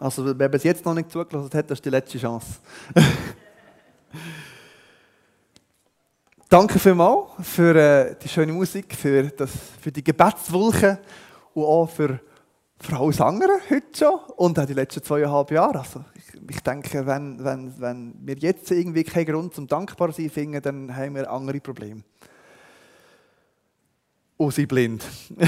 Also wer bis jetzt noch nicht zugelassen hat, das ist die letzte Chance. Danke vielmals für die schöne Musik, für die Gebetswolke und auch für alles andere heute schon und auch die letzten 2,5 Jahre. Also ich denke, wenn wir jetzt irgendwie keinen Grund zum dankbar sein finden, dann haben wir andere Probleme. Und sind blind.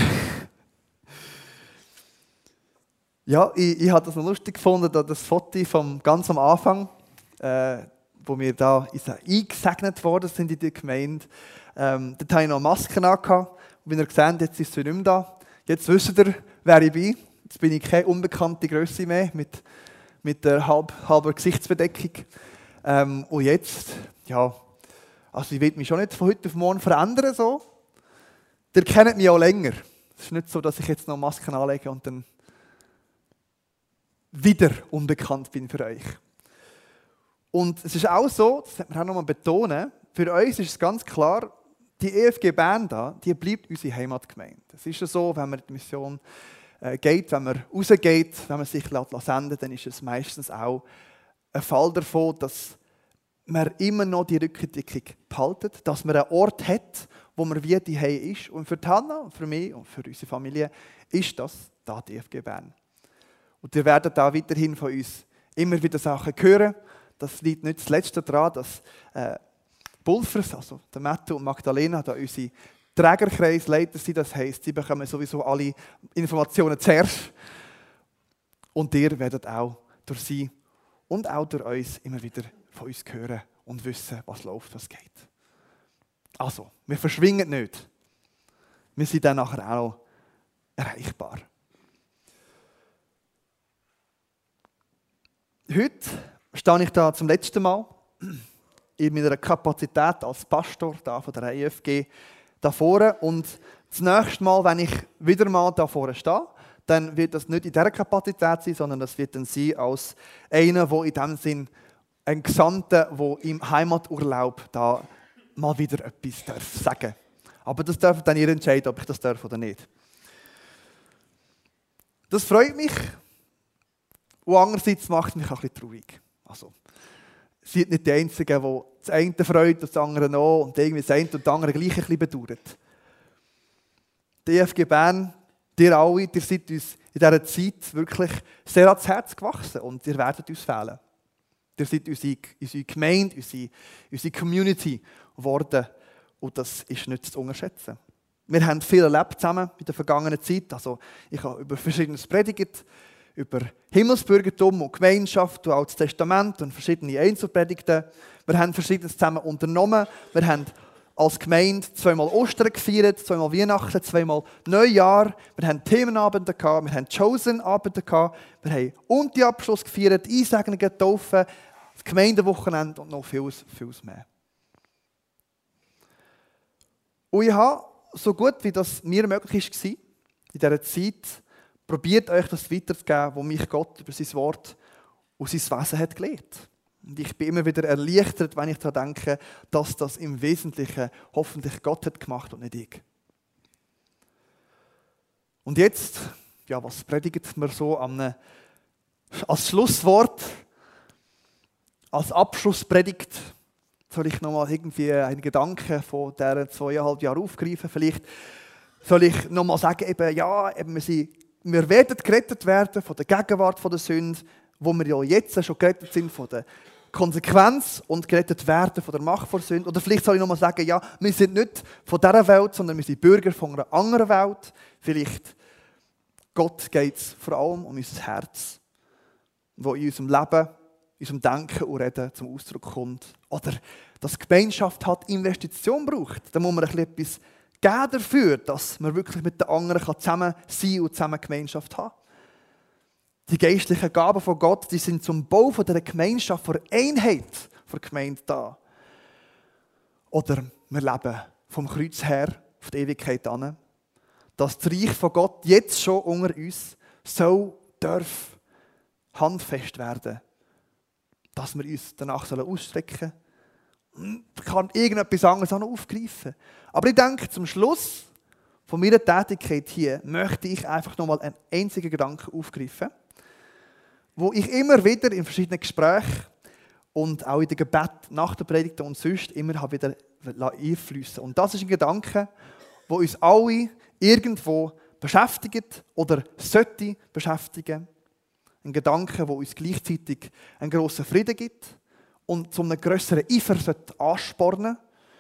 Ja, ich habe das noch lustig gefunden, das Foto vom ganz am Anfang, wo wir da eingesegnet worden sind in die Gemeinde. Dort hatte ich noch Masken an. Und wie ihr seht, jetzt ist sie nicht mehr da. Jetzt wisst ihr, wer ich bin. Jetzt bin ich keine unbekannte Grösse mehr mit der halben Gesichtsbedeckung. Und jetzt, ja, also ich will mich schon nicht von heute auf morgen verändern. So. Ihr kennt mich auch länger. Es ist nicht so, dass ich jetzt noch Masken anlege und dann wieder unbekannt bin für euch. Und es ist auch so, das sollte man auch nochmal betonen, für uns ist es ganz klar, die EFG Bern da, die bleibt unsere Heimatgemeinde. Es ist ja so, wenn man in die Mission geht, wenn man rausgeht, wenn man sich senden lässt, dann ist es meistens auch ein Fall davon, dass man immer noch die Rückendeckung behaltet, dass man einen Ort hat, wo man wie die Hause ist. Und für Hanna, für mich und für unsere Familie ist das da die EFG Bern. Und ihr werdet auch weiterhin von uns immer wieder Sachen hören. Das liegt nicht zuletzt daran, dass Pulvers, also der Matthew und Magdalena, da unsere Trägerkreisleiter sind. Das heisst, sie bekommen sowieso alle Informationen zuerst. Und ihr werdet auch durch sie und auch durch uns immer wieder von uns hören und wissen, was läuft, was geht. Also, wir verschwingen nicht. Wir sind dann nachher auch erreichbar. Heute stehe ich da zum letzten Mal in meiner Kapazität als Pastor da von der EFG da vorne. Und das nächste Mal, wenn ich wieder mal da vorne stehe, dann wird das nicht in dieser Kapazität sein, sondern das wird dann sein als einer, der in dem Sinn ein Gesandter, der im Heimaturlaub da mal wieder etwas sagen darf. Aber das dürft dann ihr entscheiden, ob ich das darf oder nicht. Das freut mich. Und andererseits macht es mich auch ein bisschen traurig. Also, seid nicht die Einzigen, die das eine freut und das andere noch und irgendwie das eine und das andere gleich ein bisschen bedauert. Die EFG Bern, ihr alle, ihr seid uns in dieser Zeit wirklich sehr ans Herz gewachsen und ihr werdet uns fehlen. Ihr seid unsere Gemeinde, unsere Community geworden und das ist nicht zu unterschätzen. Wir haben viel erlebt zusammen in der vergangenen Zeit. Also, ich habe über Verschiedenes predigt, über Himmelsbürgertum und Gemeinschaft und Altes Testament und verschiedene Einzelpredigten. Wir haben Verschiedenes zusammen unternommen. Wir haben als Gemeinde 2-mal Ostern gefeiert, 2-mal Weihnachten, 2-mal Neujahr. Wir haben Themenabende gehabt, wir haben Chosen-Abende gehabt, wir haben Unti-Abschluss gefeiert, Einsegnungen, Taufen, das Gemeindewochenende und noch vieles mehr. Und ich habe, so gut wie das mir möglich war, in dieser Zeit, probiert euch das weiterzugeben, was mich Gott über sein Wort und sein Wesen hat gelehrt. Und ich bin immer wieder erleichtert, wenn ich daran denke, dass das im Wesentlichen hoffentlich Gott hat gemacht und nicht ich. Und jetzt, ja, was predigt man so als Schlusswort, als Abschlusspredigt? Soll ich nochmal irgendwie einen Gedanken von diesen 2,5 Jahren aufgreifen? Vielleicht soll ich nochmal sagen, wir werden gerettet werden von der Gegenwart der Sünde, wo wir ja jetzt schon gerettet sind von der Konsequenz und gerettet werden von der Macht der Sünde. Oder vielleicht soll ich nochmal sagen, ja, wir sind nicht von dieser Welt, sondern wir sind Bürger von einer anderen Welt. Vielleicht Gott geht es vor allem um unser Herz, wo in unserem Leben, in unserem Denken und Reden zum Ausdruck kommt. Oder dass Gemeinschaft hat Investition braucht. Da muss man etwas geben dafür, dass man wirklich mit den anderen zusammen sein und zusammen Gemeinschaft haben. Die geistlichen Gaben von Gott, die sind zum Bau von der Gemeinschaft, von der Einheit der Gemeinde da. Oder wir leben vom Kreuz her auf die Ewigkeit an. Dass das Reich von Gott jetzt schon unter uns darf handfest werden. Dass wir uns danach ausstrecken sollen. Ich kann irgendetwas anderes auch noch aufgreifen. Aber ich denke, zum Schluss von meiner Tätigkeit hier möchte ich einfach nochmal einen einzigen Gedanken aufgreifen. wo ich immer wieder in verschiedenen Gesprächen und auch in den Gebet nach der Predigt und sonst immer wieder einfließen. Und das ist ein Gedanke, der uns alle irgendwo beschäftigt oder sollte beschäftigen. Ein Gedanke, der uns gleichzeitig einen grossen Frieden gibt und zu einem grösseren Eifer anspornen.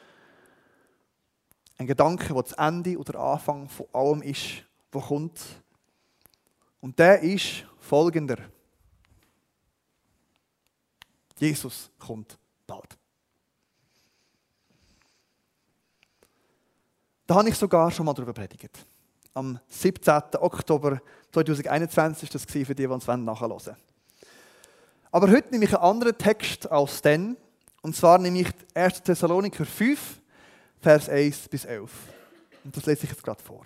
Ein Gedanke, der das Ende oder Anfang von allem ist, was kommt. Und der ist folgender. Jesus kommt bald. Da habe ich sogar schon mal darüber predigt. Am 17. Oktober 2021 war das für die uns nachhören wollen. Aber heute nehme ich einen anderen Text als den. Und zwar nehme ich 1. Thessaloniker 5, Vers 1 bis 11. Und das lese ich jetzt gerade vor.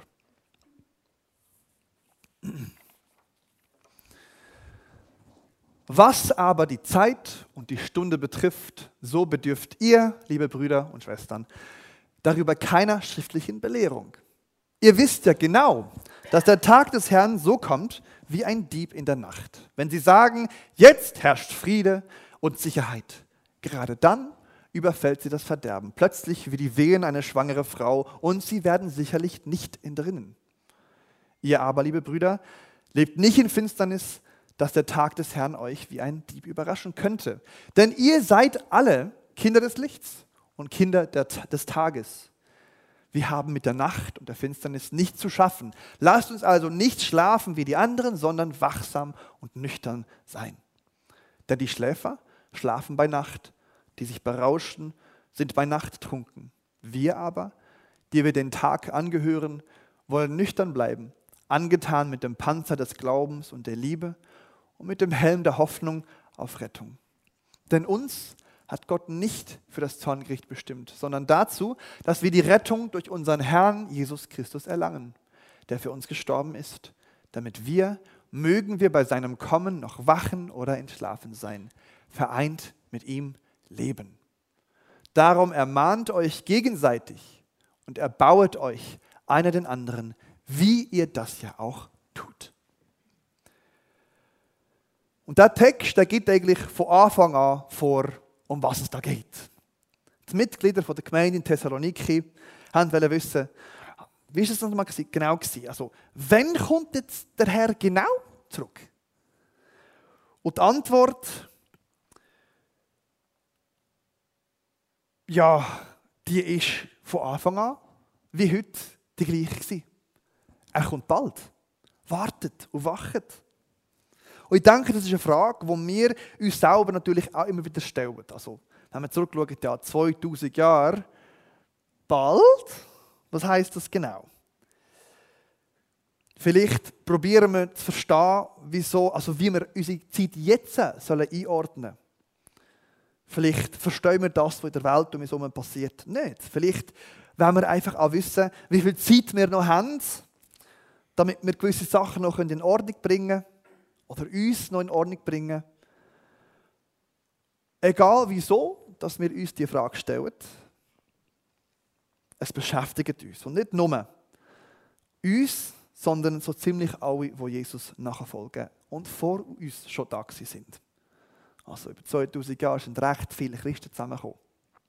Was aber die Zeit und die Stunde betrifft, so bedürft ihr, liebe Brüder und Schwestern, darüber keiner schriftlichen Belehrung. Ihr wisst ja genau, dass der Tag des Herrn so kommt wie ein Dieb in der Nacht. Wenn sie sagen, jetzt herrscht Friede und Sicherheit, gerade dann überfällt sie das Verderben, plötzlich wie die Wehen einer schwangeren Frau, und sie werden sicherlich nicht entrinnen. Ihr aber, liebe Brüder, lebt nicht in Finsternis, dass der Tag des Herrn euch wie ein Dieb überraschen könnte. Denn ihr seid alle Kinder des Lichts und Kinder des Tages. Wir haben mit der Nacht und der Finsternis nichts zu schaffen. Lasst uns also nicht schlafen wie die anderen, sondern wachsam und nüchtern sein. Denn die Schläfer schlafen bei Nacht, die sich berauschen, sind bei Nacht trunken. Wir aber, die wir den Tag angehören, wollen nüchtern bleiben, angetan mit dem Panzer des Glaubens und der Liebe und mit dem Helm der Hoffnung auf Rettung. Denn uns hat Gott nicht für das Zorngericht bestimmt, sondern dazu, dass wir die Rettung durch unseren Herrn Jesus Christus erlangen, der für uns gestorben ist, damit wir, mögen wir bei seinem Kommen noch wachen oder entschlafen sein, vereint mit ihm leben. Darum ermahnt euch gegenseitig und erbauet euch einer den anderen, wie ihr das ja auch tut. Und der Text, der gibt eigentlich von Anfang an vor, um was es da geht. Die Mitglieder der Gemeinde in Thessaloniki wollten wissen, wie ist es nochmal genau gewesen? Also, wann kommt jetzt der Herr genau zurück? Und die Antwort, ja, die ist von Anfang an, wie heute, die gleiche gewesen. Er kommt bald. Wartet und wacht. Und ich denke, das ist eine Frage, die wir uns selber natürlich auch immer wieder stellen. Also, wenn wir zurückschauen, ja, 2000 Jahre, bald, was heisst das genau? Vielleicht probieren wir zu verstehen, wie wir unsere Zeit jetzt einordnen sollen. Vielleicht verstehen wir das, was in der Welt um uns herum passiert, nicht. Vielleicht wollen wir einfach auch wissen, wie viel Zeit wir noch haben, damit wir gewisse Sachen noch in Ordnung bringen können. Oder uns noch in Ordnung bringen. Egal wieso, dass wir uns diese Frage stellen, es beschäftigt uns. Und nicht nur uns, sondern so ziemlich alle, die Jesus nachfolgen und vor uns schon da sind. Also über 2000 Jahre sind recht viele Christen zusammengekommen.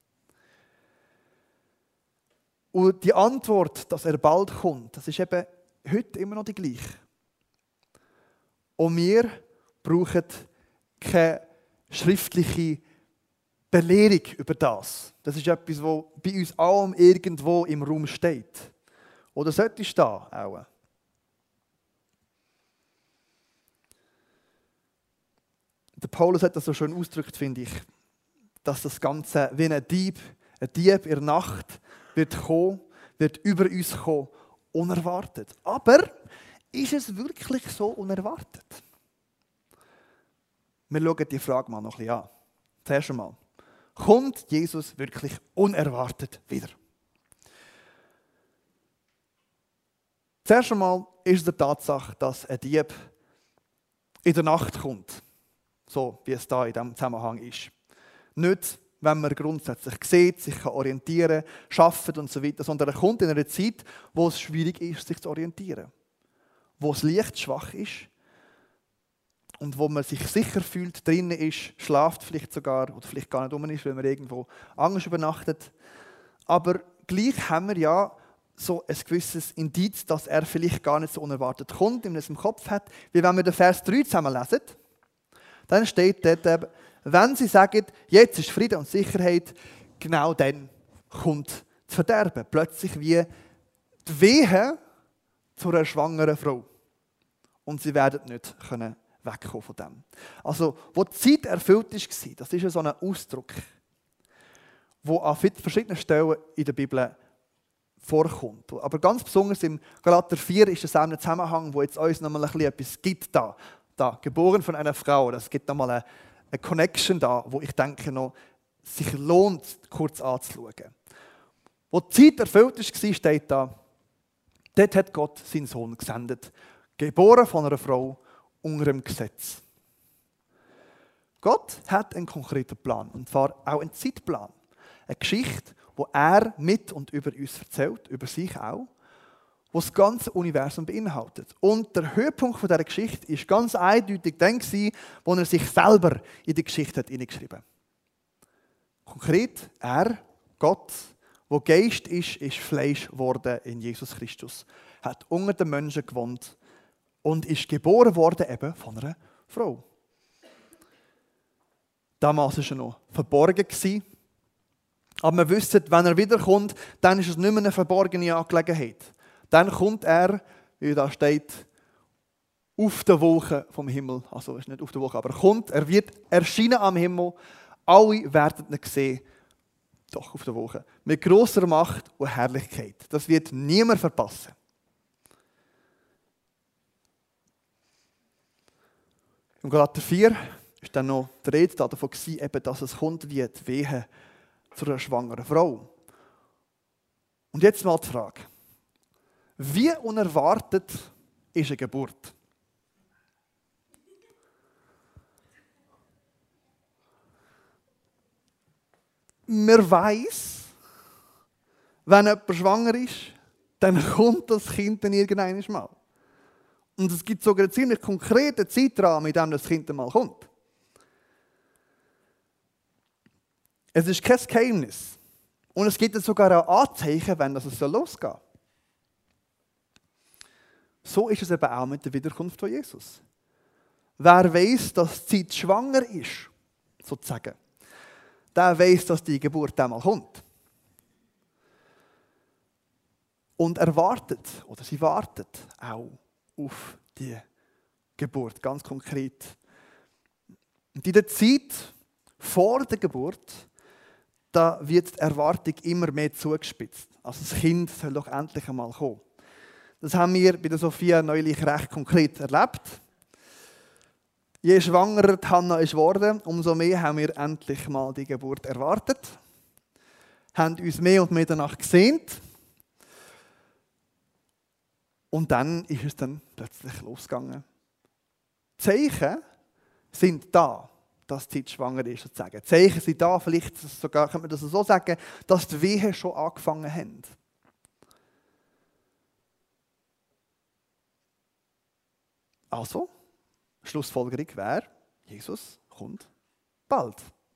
Und die Antwort, dass er bald kommt, das ist eben heute immer noch die gleiche. Und wir brauchen keine schriftliche Belehrung über das. Das ist etwas, was bei uns allem irgendwo im Raum steht. Oder sollte stehen auch. Der Paulus hat das so schön ausgedrückt, finde ich, dass das Ganze wie ein Dieb in der Nacht wird kommen, wird über uns kommen, unerwartet. Aber ist es wirklich so unerwartet? Wir schauen die Frage mal noch ein bisschen an. Zuerst einmal. Kommt Jesus wirklich unerwartet wieder? Zuerst einmal ist es die Tatsache, dass ein Dieb in der Nacht kommt. So wie es da in diesem Zusammenhang ist. Nicht, wenn man grundsätzlich sieht, sich orientieren kann, arbeitet und so weiter, sondern er kommt in einer Zeit, wo es schwierig ist, sich zu orientieren. Wo das Licht schwach ist und wo man sich sicher fühlt, drinnen ist, schlaft vielleicht sogar oder vielleicht gar nicht rum ist, weil man irgendwo anders übernachtet. Aber gleich haben wir ja so ein gewisses Indiz, dass er vielleicht gar nicht so unerwartet kommt, wenn man es im Kopf hat. Wie wenn wir den Vers 3 zusammen lesen, dann steht dort, wenn sie sagen, jetzt ist Friede und Sicherheit, genau dann kommt das Verderben. Plötzlich wie die Wehe zu einer schwangeren Frau. Und sie werden nicht wegkommen von dem. Also, wo die Zeit erfüllt war, das ist ja so ein Ausdruck, der an verschiedenen Stellen in der Bibel vorkommt. Aber ganz besonders im Galater 4 ist das auch ein Zusammenhang, wo jetzt uns nochmal etwas gibt da. Geboren von einer Frau. Das gibt nochmal eine Connection da, wo ich denke noch, sich lohnt, kurz anzuschauen. Wo die Zeit erfüllt war, steht da, dort hat Gott seinen Sohn gesendet, geboren von einer Frau unter dem Gesetz. Gott hat einen konkreten Plan, und zwar auch einen Zeitplan. Eine Geschichte, die er mit und über uns erzählt, über sich auch, die das ganze Universum beinhaltet. Und der Höhepunkt dieser Geschichte war ganz eindeutig dann, als er sich selber in die Geschichte hineingeschrieben hat. Konkret, er, Gott, der Geist ist Fleisch geworden in Jesus Christus, hat unter den Menschen gewohnt und ist geboren worden eben von einer Frau. Damals war er noch verborgen. Aber wir wissen, wenn er wiederkommt, dann ist es nicht mehr eine verborgene Angelegenheit. Dann kommt er, wie da steht, auf der Wolke vom Himmel. Also er ist nicht auf der Wolke, aber er wird erscheinen am Himmel. Alle werden ihn sehen, doch auf der Wolke. Mit grosser Macht und Herrlichkeit. Das wird niemand verpassen. Im Galater 4 ist dann noch die Rede davon, dass es kommt wie die Wehe zu einer schwangeren Frau. Und jetzt mal die Frage. Wie unerwartet ist eine Geburt? Man weiss, wenn jemand schwanger ist, dann kommt das Kind dann irgendwann mal. Und es gibt sogar einen ziemlich konkreten Zeitrahmen, in dem das Kind mal kommt. Es ist kein Geheimnis. Und es gibt sogar auch Anzeichen, wenn das losgeht. So ist es eben auch mit der Wiederkunft von Jesus. Wer weiss, dass die Zeit schwanger ist, sozusagen, der weiss, dass die Geburt einmal kommt. Und er wartet, oder sie wartet auch auf die Geburt, ganz konkret. Und in der Zeit vor der Geburt, da wird die Erwartung immer mehr zugespitzt. Also das Kind soll doch endlich einmal kommen. Das haben wir bei der Sophia neulich recht konkret erlebt. Je schwangerer die Hannah ist geworden, umso mehr haben wir endlich mal die Geburt erwartet. Haben uns mehr und mehr danach gesehnt. Und dann ist es dann plötzlich losgegangen. Die Zeichen sind da, dass die Zeit schwanger ist, sozusagen. Die Zeichen sind da, vielleicht sogar, könnte man das so sagen, dass die Wehen schon angefangen haben. Also, Schlussfolgerung wäre, Jesus kommt bald.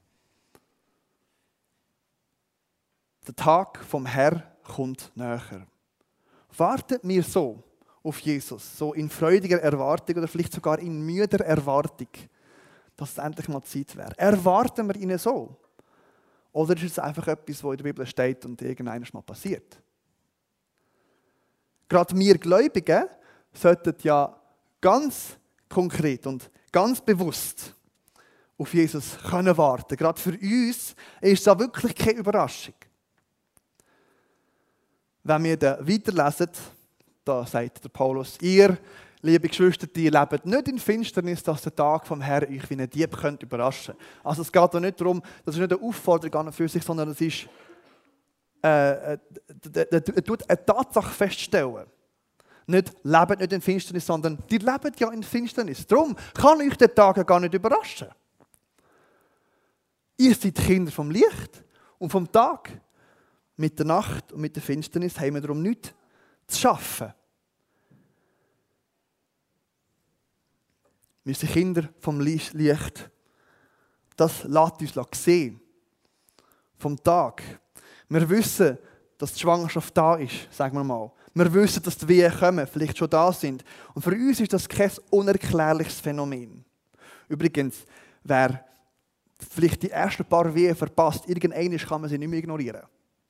Der Tag vom Herrn kommt näher. Warten wir so auf Jesus, so in freudiger Erwartung oder vielleicht sogar in müder Erwartung, dass es endlich mal Zeit wäre? Erwarten wir ihn so? Oder ist es einfach etwas, was in der Bibel steht und irgendwann mal passiert? Gerade wir Gläubigen sollten ja ganz konkret und ganz bewusst auf Jesus können warten. Gerade für uns ist das wirklich keine Überraschung. Wenn wir dann weiterlesen, da sagt der Paulus, ihr, liebe Geschwister, die lebt nicht in Finsternis, dass der Tag vom Herrn euch wie ein Dieb könnt überraschen. Also es geht doch nicht darum, das ist nicht eine Aufforderung an und für sich, sondern es ist, er tut eine Tatsache feststellen. Nicht, lebt nicht in Finsternis, sondern die lebt ja in Finsternis. Darum kann euch der Tag gar nicht überraschen. Ihr seid Kinder vom Licht und vom Tag. Mit der Nacht und mit der Finsternis haben wir darum nichts zu schaffen. Wir sind Kinder vom Licht. Das lässt uns sehen. Vom Tag. Wir wissen, dass die Schwangerschaft da ist, sagen wir mal. Wir wissen, dass die Wehen kommen, vielleicht schon da sind. Und für uns ist das kein unerklärliches Phänomen. Übrigens, wer vielleicht die ersten paar Wehen verpasst, irgendwann kann man sie nicht mehr ignorieren.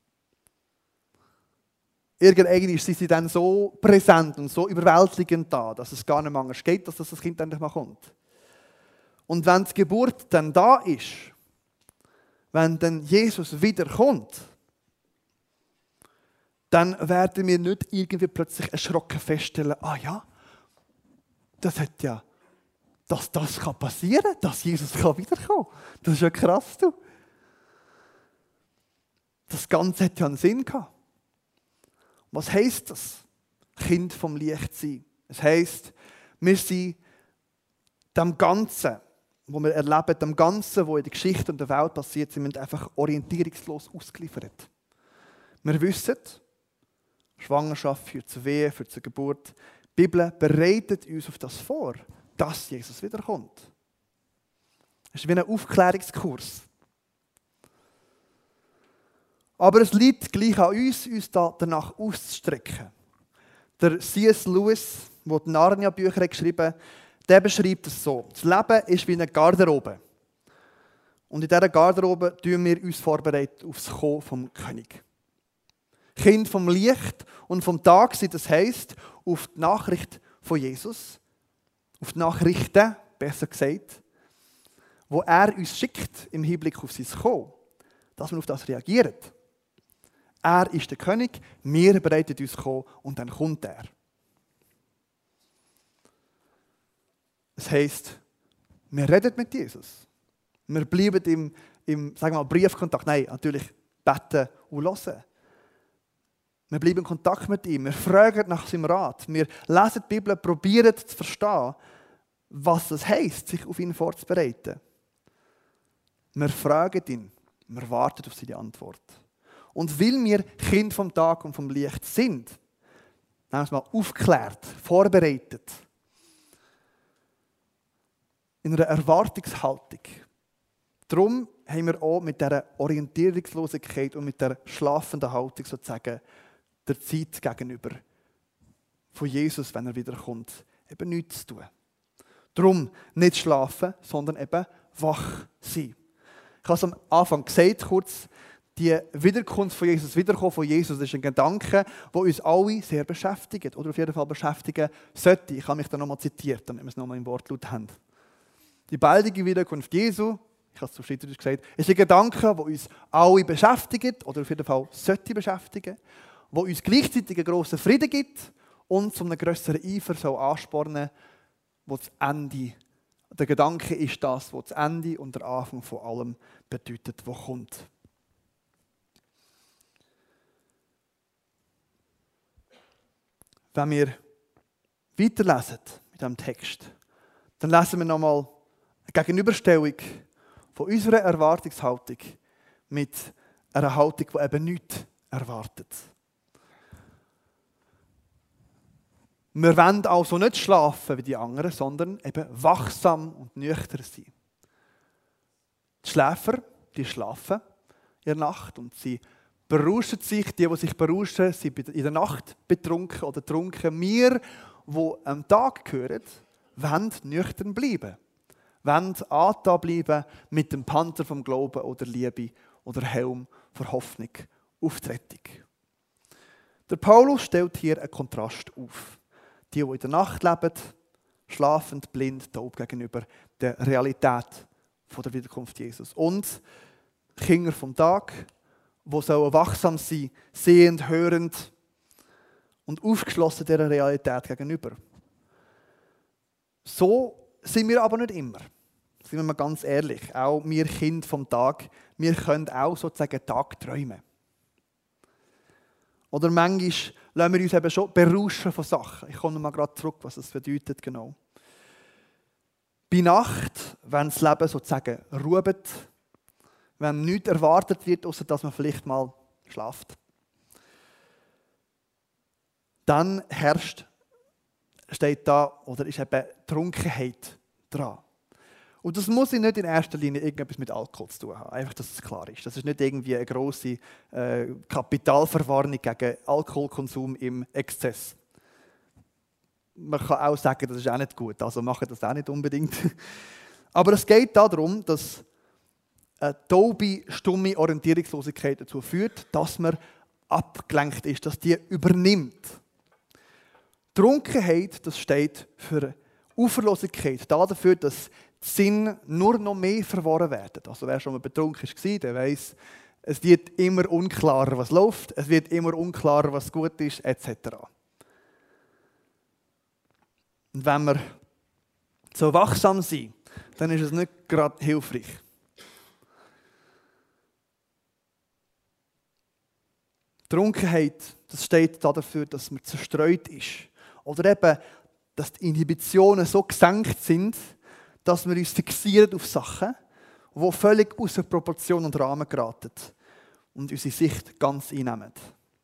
Irgendwann sind sie dann so präsent und so überwältigend da, dass es gar nicht mehr anders geht, dass das Kind endlich mal kommt. Und wenn die Geburt dann da ist, wenn dann Jesus wiederkommt, dann werden wir nicht irgendwie plötzlich erschrocken feststellen, ah ja, das hat ja, dass das passieren kann, dass Jesus wiederkommen kann. Das ist ja krass, du. Das Ganze hat ja einen Sinn gehabt. Was heisst das? Kind vom Licht sein. Es heisst, wir sind dem Ganzen, was wir erleben, dem Ganzen, was in der Geschichte und der Welt passiert, sind wir einfach orientierungslos ausgeliefert. Wir wissen, Schwangerschaft führt zu Wehen, führt zur Geburt. Die Bibel bereitet uns auf das vor, dass Jesus wiederkommt. Es ist wie ein Aufklärungskurs. Aber es liegt gleich an uns danach auszustrecken. Der C.S. Lewis, der die Narnia-Bücher geschrieben hat, der beschreibt es so. Das Leben ist wie eine Garderobe. Und in dieser Garderobe tun wir uns vorbereiten auf das Kommen vom König. Kind vom Licht und vom Tag sind, das heisst, auf die Nachricht von Jesus, auf die Nachrichten, besser gesagt, wo er uns schickt im Hinblick auf sein Kommen, dass wir auf das reagieren. Er ist der König, wir bereiten uns kommen und dann kommt er. Das heisst, wir reden mit Jesus. Wir bleiben im sagen wir mal, Briefkontakt. Nein, natürlich beten und hören. Wir bleiben in Kontakt mit ihm. Wir fragen nach seinem Rat. Wir lesen die Bibel, probieren zu verstehen, was es heisst, sich auf ihn vorzubereiten. Wir fragen ihn. Wir warten auf seine Antwort. Und weil wir Kind vom Tag und vom Licht sind, nehmen wir es mal aufgeklärt, vorbereitet, in einer Erwartungshaltung. Darum haben wir auch mit dieser Orientierungslosigkeit und mit der schlafenden Haltung sozusagen der Zeit gegenüber von Jesus, wenn er wiederkommt, eben nichts zu tun. Darum nicht schlafen, sondern eben wach sein. Ich habe es am Anfang gesagt, kurz, die Wiederkunft von Jesus, Wiederkommen von Jesus, ist ein Gedanke, der uns alle sehr beschäftigt. Oder auf jeden Fall beschäftigen sollte. Ich habe mich da nochmal zitiert, damit wir es nochmal im Wortlaut haben. Die baldige Wiederkunft Jesu, ich habe es zu Schweizerdeutsch gesagt, ist ein Gedanke, der uns alle beschäftigt, oder auf jeden Fall sollte beschäftigen, der uns gleichzeitig einen grossen Frieden gibt und zu einem grösseren Eifer soll anspornen, wo das Ende, der Gedanke ist das, was das Ende und der Anfang von allem bedeutet, was kommt. Wenn wir weiterlesen mit diesem Text, dann lesen wir nochmal eine Gegenüberstellung von unserer Erwartungshaltung mit einer Haltung, die eben nichts erwartet. Wir wollen also nicht schlafen wie die anderen, sondern eben wachsam und nüchtern sein. Die Schläfer, die schlafen in der Nacht und sie berauschen sich. Die sich berauschen, sind in der Nacht betrunken oder trunken. Wir, die am Tag gehören, wollen nüchtern bleiben. Wollen angetan bleiben mit dem Panzer vom Glauben oder Liebe oder Helm für Hoffnung auf die Rettung. Der Paulus stellt hier einen Kontrast auf. Die in der Nacht leben, schlafend, blind, taub gegenüber der Realität der Wiederkunft Jesus. Und Kinder vom Tag, die sollen wachsam sein, sehend, hörend und aufgeschlossen dieser Realität gegenüber. So sind wir aber nicht immer. Sind wir mal ganz ehrlich. Auch wir Kinder vom Tag, wir können auch sozusagen Tag träumen. Oder manchmal lassen wir uns eben schon berauschen von Sachen. Ich komme noch mal gerade zurück, was das bedeutet genau. Bei Nacht, wenn das Leben sozusagen ruht, wenn nichts erwartet wird, außer dass man vielleicht mal schlaft, dann steht da, oder ist eben Trunkenheit dran. Und das muss nicht in erster Linie irgendetwas mit Alkohol zu tun haben. Einfach, dass es klar ist. Das ist nicht irgendwie eine grosse Kapitalverwarnung gegen Alkoholkonsum im Exzess. Man kann auch sagen, das ist auch nicht gut. Also machen das auch nicht unbedingt. Aber es geht darum, dass eine taube, stumme Orientierungslosigkeit dazu führt, dass man abgelenkt ist, dass die übernimmt. Trunkenheit, das steht für Uferlosigkeit, dafür, dass die Sinne nur noch mehr verworren werden. Also wer schon mal betrunken war, der weiss, es wird immer unklarer, was läuft, es wird immer unklarer, was gut ist, etc. Und wenn wir so wachsam sind, dann ist es nicht gerade hilfreich. Trunkenheit, das steht dafür, dass man zerstreut ist. Oder eben, dass die Inhibitionen so gesenkt sind, dass wir uns fixieren auf Sachen, die völlig außer Proportion und Rahmen geraten und unsere Sicht ganz einnehmen.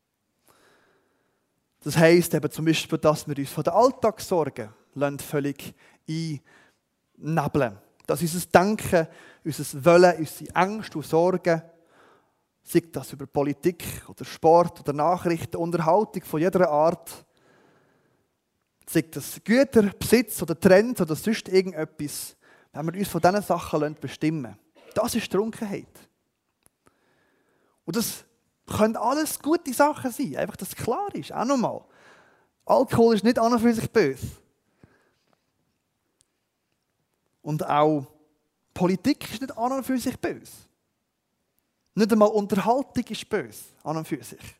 Das heisst eben zum Beispiel, dass wir uns von den Alltagssorgen völlig einnebeln. Dass unser Denken, unser Wollen, unsere Ängste und Sorgen, sei das über Politik oder Sport oder Nachrichten, Unterhaltung von jeder Art, sei das Güter, Besitz oder Trend oder sonst irgendetwas, wenn wir uns von diesen Sachen bestimmen lassen. Das ist Trunkenheit. Und das können alles gute Sachen sein, einfach, dass es klar ist. Auch nochmal. Alkohol ist nicht an und für sich böse. Und auch Politik ist nicht an und für sich böse. Nicht einmal Unterhaltung ist böse, an und für sich.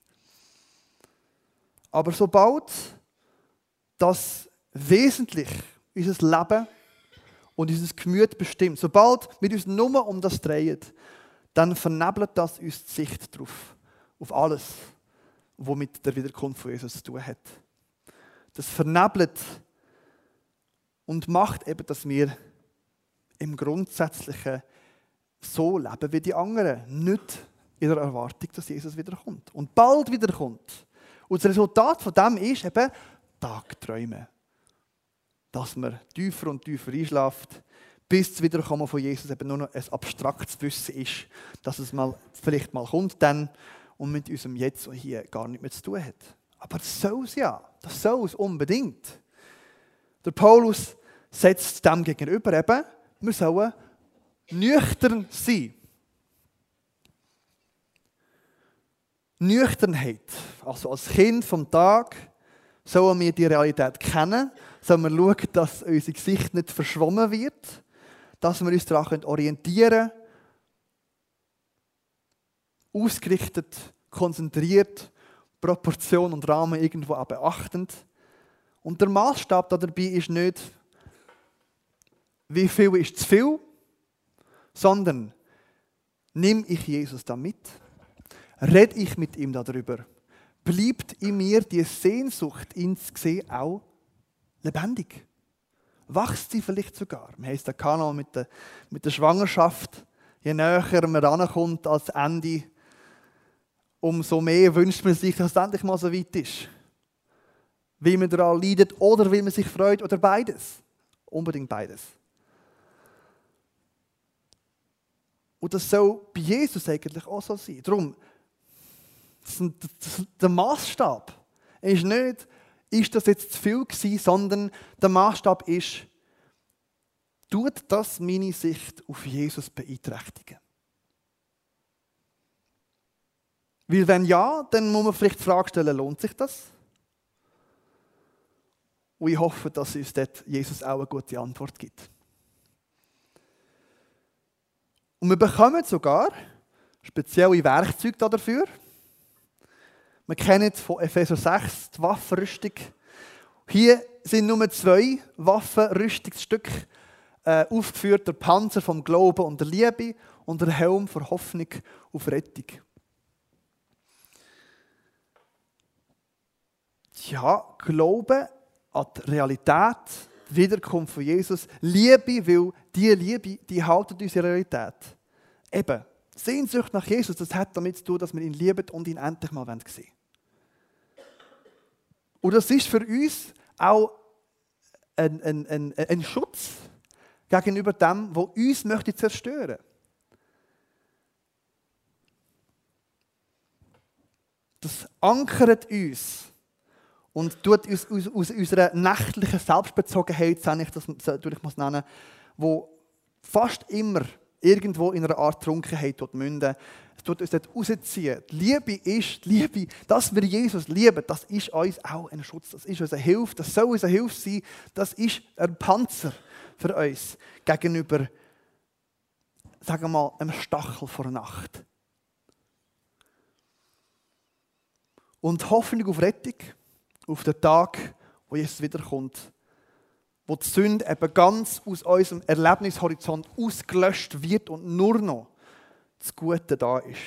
Aber sobald das wesentlich unser Leben und unser Gemüt bestimmt, sobald wir uns nur um das drehen, dann vernebelt das uns die Sicht darauf, auf alles, was mit der Wiederkunft von Jesus zu tun hat. Das vernebelt und macht eben, dass wir im Grundsätzlichen so leben wie die anderen. Nicht in der Erwartung, dass Jesus wiederkommt. Und bald wiederkommt. Und das Resultat von dem ist eben Tagträume. Dass man tiefer und tiefer einschläft, bis das Wiederkommen von Jesus eben nur noch ein abstraktes Wissen ist, dass es vielleicht mal kommt dann und mit unserem Jetzt und Hier gar nichts mehr zu tun hat. Aber das soll es ja. Das soll es unbedingt. Der Paulus setzt dem gegenüber eben, wir sollen nüchtern sein. Nüchternheit. Also als Kind vom Tag sollen wir die Realität kennen, sollen wir schauen, dass unser Gesicht nicht verschwommen wird, dass wir uns daran orientieren können, ausgerichtet, konzentriert, Proportion und Rahmen irgendwo auch beachtend. Und der Maßstab dabei ist nicht, wie viel ist zu viel, sondern nimm ich Jesus da mit, rede ich mit ihm darüber, bleibt in mir die Sehnsucht, ihn zu sehen, auch lebendig. Wächst sie vielleicht sogar. Wir haben es da mit der Schwangerschaft. Je näher man rankommt als Ende, umso mehr wünscht man sich, dass es endlich mal so weit ist. Weil man daran leidet oder weil man sich freut oder beides. Unbedingt beides. Und das soll bei Jesus eigentlich auch so sein. Darum, der Maßstab ist nicht, ist das jetzt zu viel gewesen, sondern der Maßstab ist, tut das meine Sicht auf Jesus beeinträchtigen? Weil wenn ja, dann muss man vielleicht die Frage stellen, lohnt sich das? Und ich hoffe, dass uns dort Jesus auch eine gute Antwort gibt. Und wir bekommen sogar spezielle Werkzeuge dafür. Wir kennen von Epheser 6 die Waffenrüstung. Hier sind nur 2 Waffenrüstungsstücke aufgeführt: der Panzer vom Glauben und der Liebe und der Helm der Hoffnung auf Rettung. Ja, Glauben an die Realität, die Wiederkunft von Jesus. Liebe, weil diese Liebe, die haltet unsere Realität. Eben, Sehnsucht nach Jesus, das hat damit zu tun, dass wir ihn lieben und ihn endlich mal sehen wollen. Und das ist für uns auch ein Schutz gegenüber dem, was uns möchte zerstören. Das ankert uns und tut uns aus unserer nächtlichen Selbstbezogenheit, würde ich mal nennen, wo fast immer irgendwo in einer Art Trunkenheit münden. Es tut uns dort rausziehen. Die Liebe, dass wir Jesus lieben, das ist uns auch ein Schutz, das ist unsere Hilfe, das soll unsere Hilfe sein, das ist ein Panzer für uns gegenüber, sagen wir mal, einem Stachel vor der Nacht. Und Hoffnung auf Rettung, auf den Tag, wo Jesus wiederkommt, wo die Sünde eben ganz aus unserem Erlebnishorizont ausgelöscht wird und nur noch das Gute da ist.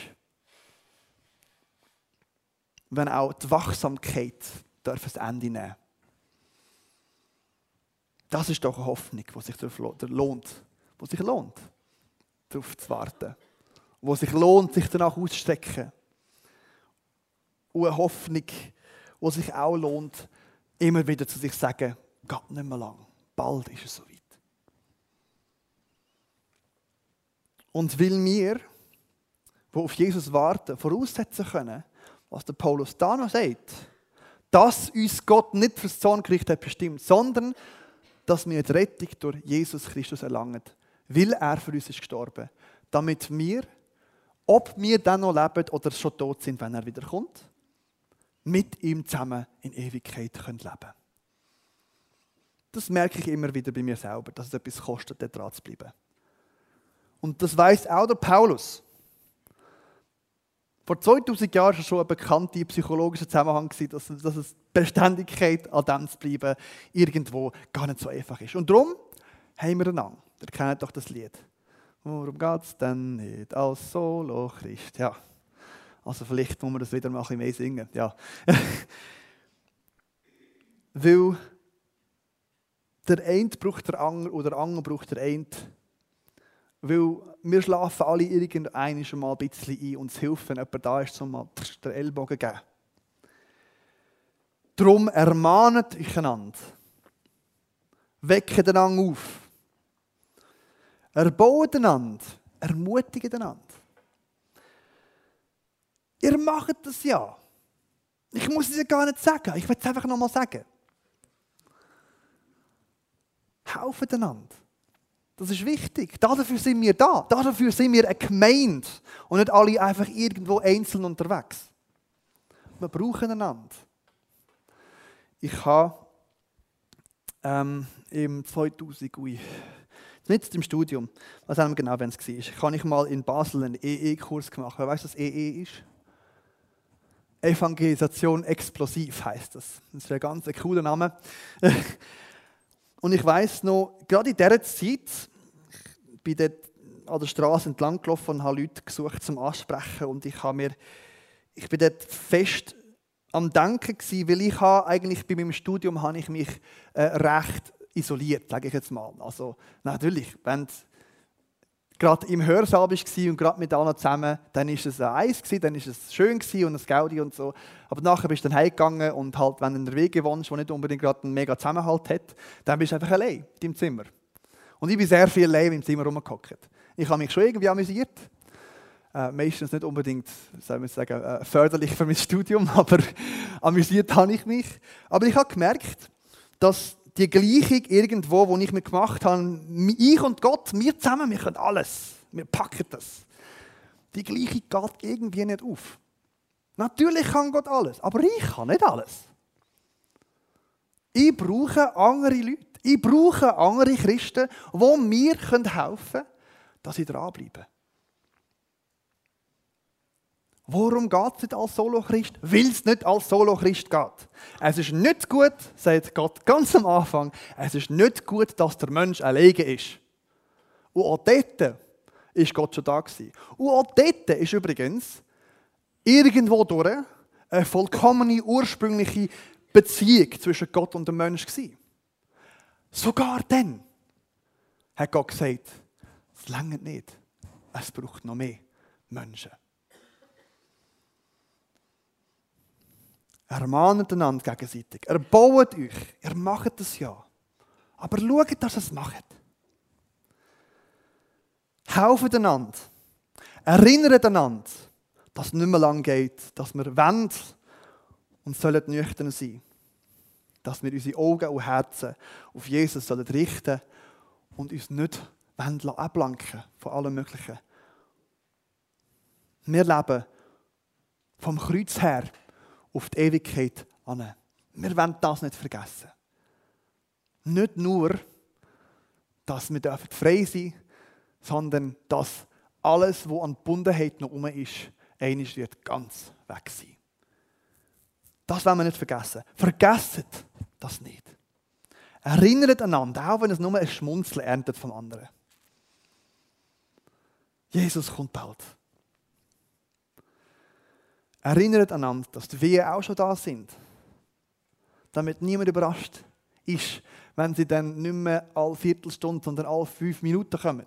Wenn auch die Wachsamkeit darf ein Ende nehmen. Das ist doch eine Hoffnung, die sich lohnt. Die sich lohnt, darauf zu warten. Die sich lohnt, sich danach auszustrecken. Und eine Hoffnung, die sich auch lohnt, immer wieder zu sich zu sagen, geht nicht mehr lang. Bald ist es soweit. Und weil wir, die auf Jesus warten, voraussetzen können, was der Paulus da noch sagt, dass uns Gott nicht fürs Zorngericht hat bestimmt, sondern dass wir die Rettung durch Jesus Christus erlangen, weil er für uns ist gestorben, damit wir, ob wir dann noch leben oder schon tot sind, wenn er wiederkommt, mit ihm zusammen in Ewigkeit leben können. Das merke ich immer wieder bei mir selber, dass es etwas kostet, da dran zu bleiben. Und das weiss auch der Paulus. Vor 2000 Jahren war es schon ein bekannter psychologischer Zusammenhang, dass es Beständigkeit an dem zu bleiben irgendwo gar nicht so einfach ist. Und darum haben wir einander. Ihr kennt doch das Lied. Worum geht es denn nicht als Solo Christ? Ja. Also vielleicht muss man das wieder mal ein bisschen mehr singen. Ja. Weil der eine braucht der andere oder der andere braucht der eine. Weil wir schlafen alle irgendwann schon mal ein bisschen ein und es hilft, wenn jemand da ist, um mal den Ellbogen zu geben. Darum ermahnet euch einander. Weckt einander auf. Erbaut einander. Ermutigt einander. Ihr macht das ja. Ich muss es ja gar nicht sagen. Ich will es einfach nochmal sagen. Helft einander. Das ist wichtig. Dafür sind wir da. Dafür sind wir eine Gemeinde und nicht alle einfach irgendwo einzeln unterwegs. Wir brauchen einander. Ich habe im 2000, nicht im Studium, was haben wir genau, wenn es war, habe ich mal in Basel einen EE-Kurs gemacht. Wer weiss, was EE ist? Evangelisation explosiv heisst das. Das ist ein ganz cooler Name. Und ich weiss noch, gerade in dieser Zeit, ich bin dort an der Straße entlang gelaufen und habe Leute gesucht zum Ansprechen. Und ich bin dort fest am Denken gewesen, weil ich eigentlich bei meinem Studium habe ich mich recht isoliert, sage ich jetzt mal. Also natürlich, wenn du gerade im Hörsaal warst und gerade mit anderen zusammen, dann war es ein Eis, dann war es schön und ein Gaudi und so. Aber nachher bist du dann heimgegangen und halt, wenn du in der Wege wohnst, wo nicht unbedingt gerade einen mega Zusammenhalt hat, dann bist du einfach allein in deinem Zimmer. Und ich bin sehr viel allein im Zimmer rumgehockt. Ich habe mich schon irgendwie amüsiert. Meistens nicht unbedingt, soll man sagen, förderlich für mein Studium, aber amüsiert habe ich mich. Aber ich habe gemerkt, dass die Gleichung irgendwo, die ich mir gemacht habe, ich und Gott, wir zusammen, wir können alles. Wir packen das. Die Gleichung geht irgendwie nicht auf. Natürlich kann Gott alles, aber ich kann nicht alles. Ich brauche andere Leute. Ich brauche andere Christen, die mir helfen können, dass ich dranbleibe. Warum geht es nicht als Solo-Christ? Weil es nicht als Solo-Christ geht. Es ist nicht gut, sagt Gott ganz am Anfang, es ist nicht gut, dass der Mensch alleine ist. Und auch dort war Gott schon da gewesen. Und auch dort ist übrigens irgendwo durch eine vollkommene, ursprüngliche Beziehung zwischen Gott und dem Menschen gewesen. Sogar dann hat Gott gesagt, es reicht nicht, es braucht noch mehr Menschen. Ermahnt einander gegenseitig. Erbaut euch. Ihr macht das ja. Aber schaut, dass ihr es macht. Helfen einander. Erinnern einander, dass es nicht mehr lang geht, dass wir wollen und sollen nüchtern sein. Dass wir unsere Augen und Herzen auf Jesus sollen richten und uns nicht ablenken von allem Möglichen. Wir leben vom Kreuz her auf die Ewigkeit an. Wir wollen das nicht vergessen. Nicht nur, dass wir frei sein dürfen, sondern dass alles, was an Gebundenheit noch herum ist, einmal wird ganz weg sein. Das wollen wir nicht vergessen. Vergesst das nicht. Erinnert einander, auch wenn es nur ein Schmunzeln erntet vom anderen. Jesus kommt bald. Erinnert einander, dass die Wehen auch schon da sind. Damit niemand überrascht ist, wenn sie dann nicht mehr alle Viertelstunde, sondern alle 5 Minuten kommen.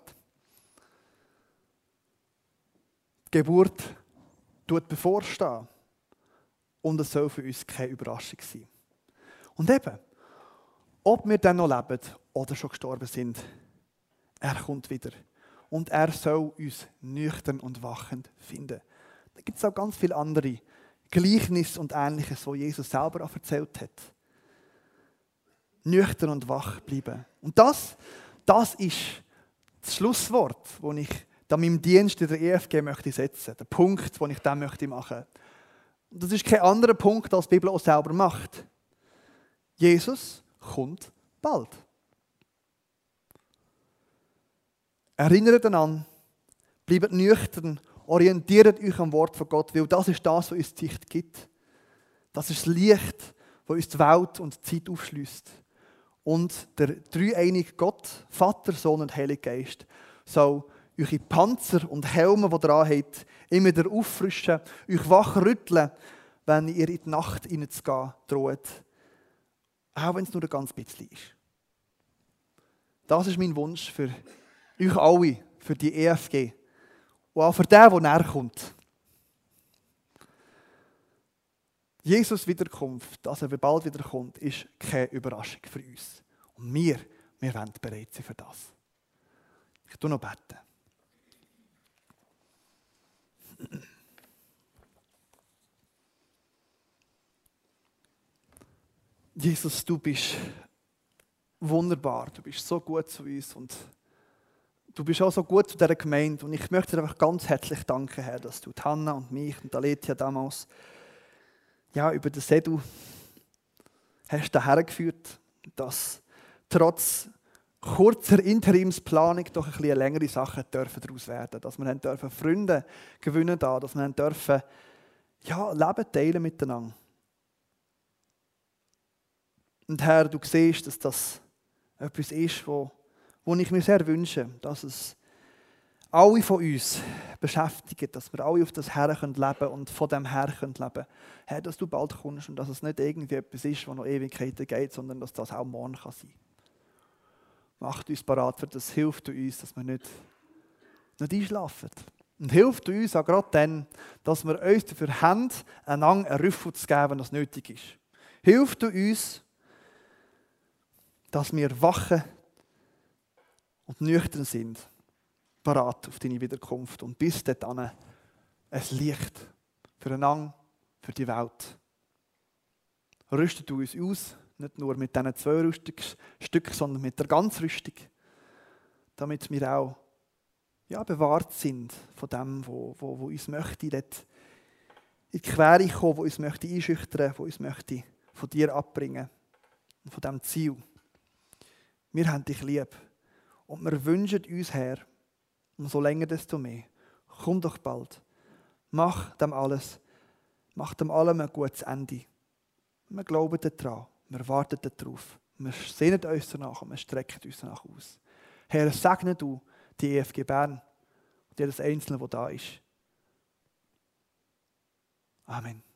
Die Geburt tut bevorstehen. Und es soll für uns keine Überraschung sein. Und eben, ob wir dann noch leben oder schon gestorben sind, er kommt wieder. Und er soll uns nüchtern und wachend finden. Da gibt es auch ganz viele andere Gleichnisse und Ähnliches, wo Jesus selber auch erzählt hat. Nüchtern und wach bleiben. Und das ist das Schlusswort, das ich da meinem Dienst in der EFG möchte setzen. Der Punkt, den ich dann möchte machen. Und das ist kein anderer Punkt, als die Bibel auch selber macht. Jesus kommt bald. Erinnert an, bleibt nüchtern, orientiert euch am Wort von Gott, weil das ist das, was uns die Sicht gibt. Das ist das Licht, das uns die Welt und die Zeit aufschließt. Und der dreieinige Gott, Vater, Sohn und Heiliger Geist, soll eure Panzer und Helme, die ihr dran habt, immer wieder auffrischen, euch wachrütteln, wenn ihr in die Nacht hineinzugehen droht. Auch wenn es nur ein ganz bisschen ist. Das ist mein Wunsch für euch alle, für die EFG. Und auch für den, der näher kommt. Jesus' Wiederkunft, dass er bald wiederkommt, ist keine Überraschung für uns. Und wir wollen bereit sein für das. Ich tue noch beten. Jesus, du bist wunderbar, du bist so gut zu uns und du bist auch so gut zu dieser Gemeinde. Und ich möchte dir einfach ganz herzlich danken, Herr, dass du Hanna und mich und Aletia damals über den Sedu hast du hergeführt, dass trotz kurzer Interimsplanung doch ein bisschen längere Sachen daraus werden. Dass wir dürfen Freunde gewinnen da, dass wir dürfen Leben teilen miteinander. Und Herr, du siehst, dass das etwas ist, wo ich mir sehr wünsche, dass es alle von uns beschäftigt, dass wir alle auf das Herr leben können und von dem Herr leben können. Herr, dass du bald kommst und dass es nicht irgendwie etwas ist, was noch Ewigkeiten geht, sondern dass das auch morgen sein kann. Macht uns parat für das, hilft uns, dass wir nicht einschlafen. Und hilft uns auch gerade dann, dass wir uns dafür haben, einander einen Rüffel zu geben, wenn das nötig ist. Hilft uns, dass wir wachen und nüchtern sind, parat auf deine Wiederkunft und bis dahin ein Licht füreinander, für die Welt. Rüstet du uns aus, nicht nur mit diesen 2 Rüstungsstücken, sondern mit der ganzen Rüstung, damit wir auch bewahrt sind von dem, wo uns möchte dort in die Quere kommen, wo uns möchte einschüchtern, wo uns möchte von dir abbringen und von diesem Ziel. Wir haben dich lieb und wir wünschen uns, Herr, umso länger, desto mehr. Komm doch bald. Mach dem allem ein gutes Ende. Wir glauben daran, wir warten darauf. Wir sehnen uns danach und wir strecken uns danach aus. Herr, segne du die EFG Bern und jedes Einzelne, der da ist. Amen.